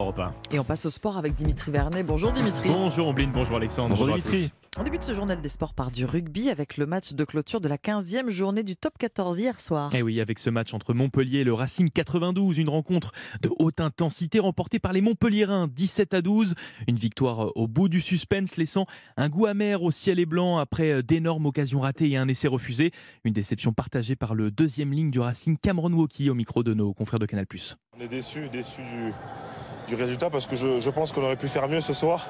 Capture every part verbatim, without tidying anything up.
Europe un. Et on passe au sport avec Dimitri Vernet. Bonjour Dimitri. Bonjour Ombline, bonjour Alexandre, bonjour, bonjour Dimitri. On débute ce journal des sports par du rugby avec le match de clôture de la quinzième journée du top quatorze hier soir. Et oui, avec ce match entre Montpellier et le Racing quatre-vingt-douze, une rencontre de haute intensité remportée par les Montpelliérains dix-sept à douze. Une victoire au bout du suspense, laissant un goût amer au ciel et blanc après d'énormes occasions ratées et un essai refusé. Une déception partagée par le deuxième ligne du Racing, Cameron Woki, au micro de nos confrères de Canal plus. On est déçus, déçus du, du résultat parce que je, je pense qu'on aurait pu faire mieux ce soir.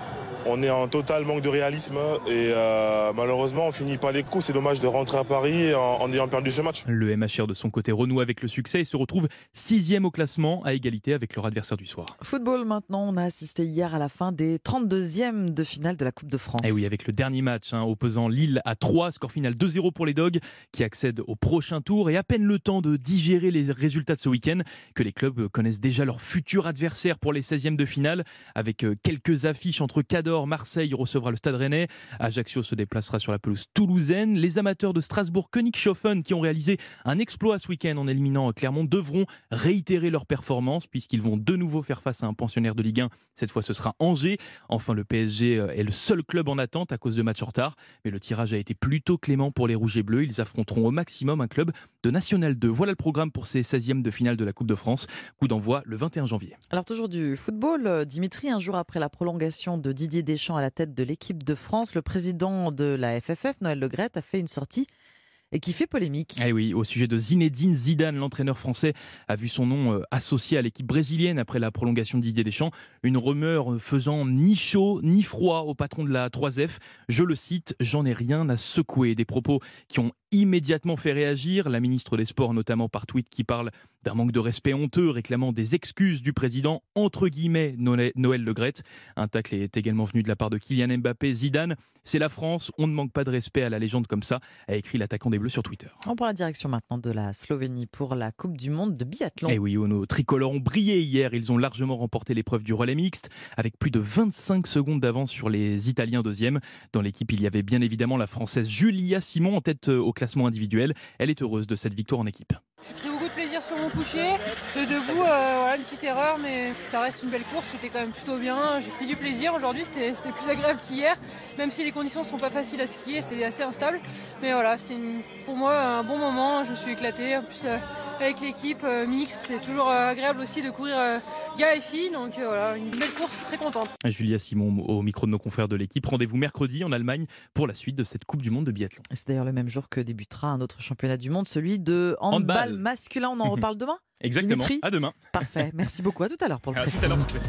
On est en total manque de réalisme et euh, malheureusement on finit pas les coups. C'est dommage de rentrer à Paris en, en ayant perdu ce match. Le M H R de son côté renoue avec le succès et se retrouve sixième au classement à égalité avec leur adversaire du soir. Football maintenant, on a assisté hier à la fin des trente-deuxièmes de finale de la Coupe de France. Et oui, avec le dernier match hein, opposant Lille à Troyes, score final deux zéro pour les Dogs qui accèdent au prochain tour et à peine le temps de digérer les résultats de ce week-end que les clubs connaissent déjà leur futur adversaire pour les seizièmes de finale avec quelques affiches entre Cador, Marseille recevra le Stade Rennais, Ajaccio se déplacera sur la pelouse toulousaine. Les amateurs de Strasbourg-Königshofen qui ont réalisé un exploit ce week-end en éliminant Clermont devront réitérer leur performance puisqu'ils vont de nouveau faire face à un pensionnaire de Ligue un. Cette fois ce sera Angers. Enfin le P S G est le seul club en attente à cause de matchs en retard, mais le tirage a été plutôt clément pour les Rouges et Bleus. Ils affronteront au maximum un club de National deux. Voilà le programme pour ces seizièmes de finale de la Coupe de France. Coup d'envoi le vingt et un janvier. Alors toujours du football, Dimitri, un jour après la prolongation de Didier Deschamps à la tête de l'équipe de France, le président de la F F F, Noël Le Graët, a fait une sortie et qui fait polémique. Eh oui, au sujet de Zinedine Zidane, l'entraîneur français a vu son nom associé à l'équipe brésilienne après la prolongation de Didier Deschamps. Une rumeur faisant ni chaud ni froid au patron de la trois F. Je le cite, j'en ai rien à secouer. Des propos qui ont immédiatement fait réagir. La ministre des Sports, notamment par tweet, qui parle d'un manque de respect honteux, réclamant des excuses du président, entre guillemets, Noël Le Graët. Un tacle est également venu de la part de Kylian Mbappé. Zidane, c'est la France, on ne manque pas de respect à la légende comme ça, a écrit l'attaquant des Bleus sur Twitter. On prend la direction maintenant de la Slovénie pour la Coupe du Monde de biathlon. Et oui, nos tricolores ont brillé hier. Ils ont largement remporté l'épreuve du relais mixte, avec plus de vingt-cinq secondes d'avance sur les Italiens deuxième. Dans l'équipe, il y avait bien évidemment la Française Julia Simon en tête au classement individuel. Elle est heureuse de cette victoire en équipe. J'ai pris beaucoup de plaisir sur mon coucher. Le debout, euh, voilà, une petite erreur, mais ça reste une belle course. C'était quand même plutôt bien. J'ai pris du plaisir. Aujourd'hui, c'était, c'était plus agréable qu'hier. Même si les conditions ne sont pas faciles à skier, c'est assez instable. Mais voilà, c'était une, pour moi un bon moment. Je me suis éclatée. En plus, euh, avec l'équipe euh, mixte, c'est toujours euh, agréable aussi de courir euh, gars et filles. Donc euh, voilà, une belle course, très contente. Julia Simon au micro de nos confrères de l'équipe. Rendez-vous mercredi en Allemagne pour la suite de cette Coupe du Monde de biathlon. C'est d'ailleurs le même jour que débutera un autre championnat du monde, celui de handball, handball. masculin. On en reparle demain. Exactement. Dimitri. À demain. Parfait. Merci beaucoup. À tout à l'heure pour le à précis.